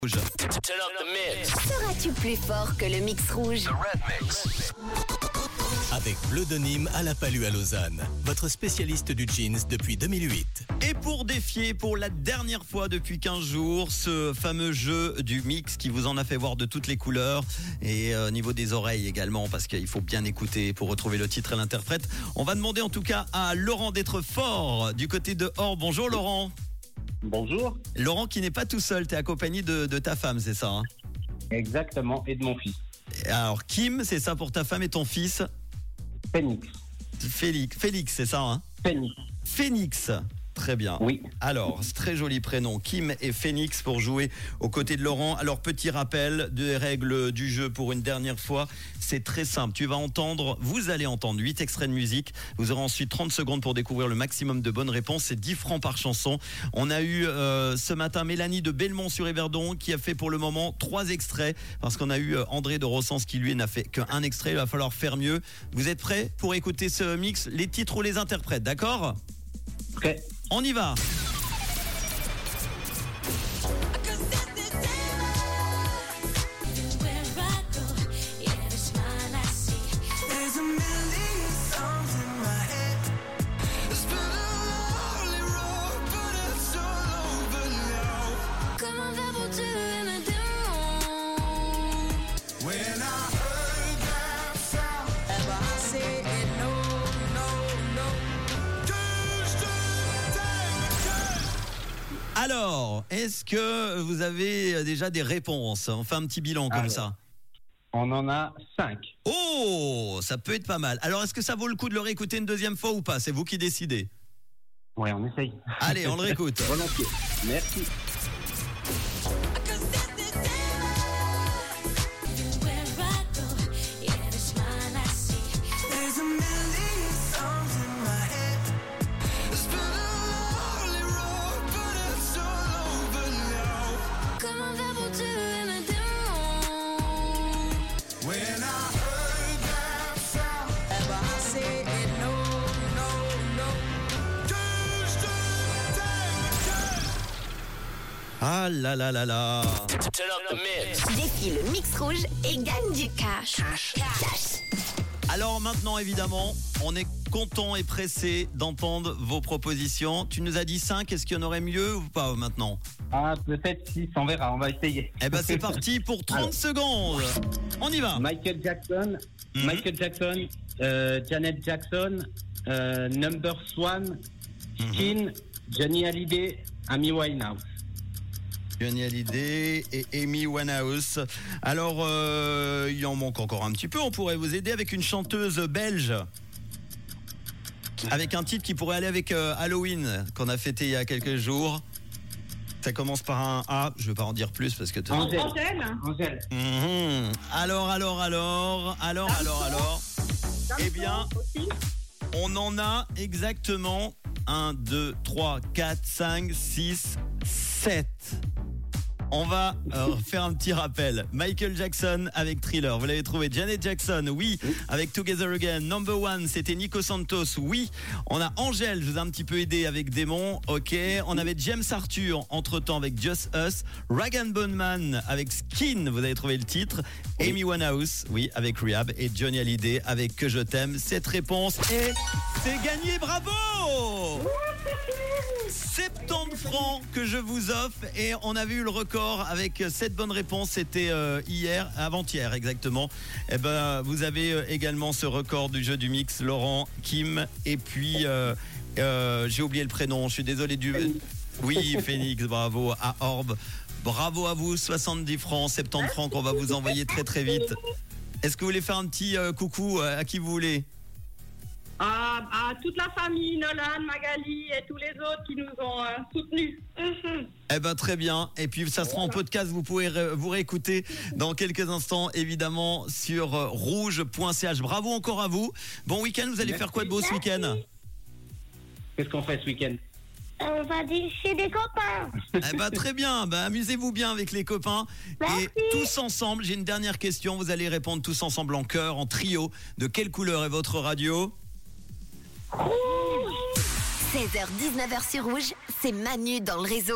Rouge. Seras-tu plus fort que le mix rouge? Avec Bleu de Nîmes à la Palue à Lausanne, votre spécialiste du jeans depuis 2008. Et pour défier pour la dernière fois depuis 15 jours ce fameux jeu du mix qui vous en a fait voir de toutes les couleurs et au niveau des oreilles également, parce qu'il faut bien écouter pour retrouver le titre et l'interprète. On va demander en tout cas à Laurent d'être fort du côté de Orbe. Bonjour Laurent. Bonjour. Laurent qui n'est pas tout seul, tu es accompagné de ta femme, c'est ça hein? Exactement, et de mon fils. Alors Kim, c'est ça pour ta femme et ton fils? Phoenix. Félix, c'est ça hein? Phoenix. Très bien. Oui. Alors, c'est très joli prénom, Kim et Phoenix pour jouer aux côtés de Laurent. Alors, petit rappel des règles du jeu pour une dernière fois. C'est très simple. Vous allez entendre 8 extraits de musique. Vous aurez ensuite 30 secondes pour découvrir le maximum de bonnes réponses. C'est 10 francs par chanson. On a eu ce matin Mélanie de Belmont-sur-Yverdon qui a fait pour le moment 3 extraits parce qu'on a eu André de Rossens qui lui n'a fait qu'un extrait. Il va falloir faire mieux. Vous êtes prêts pour écouter ce mix, les titres ou les interprètes, d'accord? Prêt. On y va. Alors, est-ce que vous avez déjà des réponses? On fait un petit bilan comme ça. On en a 5. Oh, ça peut être pas mal. Alors, est-ce que ça vaut le coup de le réécouter une deuxième fois ou pas? C'est vous qui décidez. Ouais, on essaye. Allez, on le réécoute. Volontiers. Merci. Ah là là là là. Défie le mix rouge et gagne du cash. Alors maintenant, évidemment, on est content et pressé d'entendre vos propositions. Tu nous as dit 5, est-ce qu'il y en aurait mieux ou pas maintenant? Ah, peut-être 6, on verra, on va essayer. Eh ben c'est parti pour 30 secondes. On y va. Michael Jackson, Janet Jackson, Number Swan, Skin, Johnny Hallyday, Amy Winehouse. Johnny Hallyday et Amy Winehouse. Alors, il en manque encore un petit peu. On pourrait vous aider avec une chanteuse belge. Avec un titre qui pourrait aller avec Halloween, qu'on a fêté il y a quelques jours. Ça commence par un A. Je ne vais pas en dire plus parce que... Angèle. Alors. Eh bien, on en a exactement 1, 2, 3, 4, 5, 6, 7. On va faire un petit rappel. Michael Jackson avec Thriller, vous l'avez trouvé. Janet Jackson, oui, avec Together Again. Number One, c'était Nico Santos, oui. On a Angèle, je vous ai un petit peu aidé avec Démon, ok. On avait James Arthur, entre-temps avec Just Us. Rag & Bone Man avec Skin, vous avez trouvé le titre. Amy Winehouse, oui, avec Rehab. Et Johnny Hallyday avec Que je t'aime. Cette réponse est... C'est gagné, bravo! 70 francs que je vous offre et on avait eu le record avec 7 bonnes réponses, c'était avant-hier exactement. Et ben vous avez également ce record du jeu du mix, Laurent, Kim et puis j'ai oublié le prénom, je suis désolé du... Oui, Phoenix, bravo à Orbe. Bravo à vous, 70 francs, 70 francs qu'on va vous envoyer très très vite. Est-ce que vous voulez faire un petit coucou à qui vous voulez? À toute la famille, Nolan, Magali et tous les autres qui nous ont soutenus. Eh ben très bien. Et puis ça sera en podcast. Vous pouvez vous réécouter dans quelques instants, évidemment, sur rouge.ch. Bravo encore à vous. Bon week-end. Vous allez faire quoi de beau ce week-end? Qu'est-ce qu'on fait ce week-end? On va chez des copains. Eh ben très bien. Ben, amusez-vous bien avec les copains. Merci. Et tous ensemble, j'ai une dernière question. Vous allez répondre tous ensemble en chœur, en trio. De quelle couleur est votre radio? 16h-19h sur Rouge, c'est Manu dans le réseau.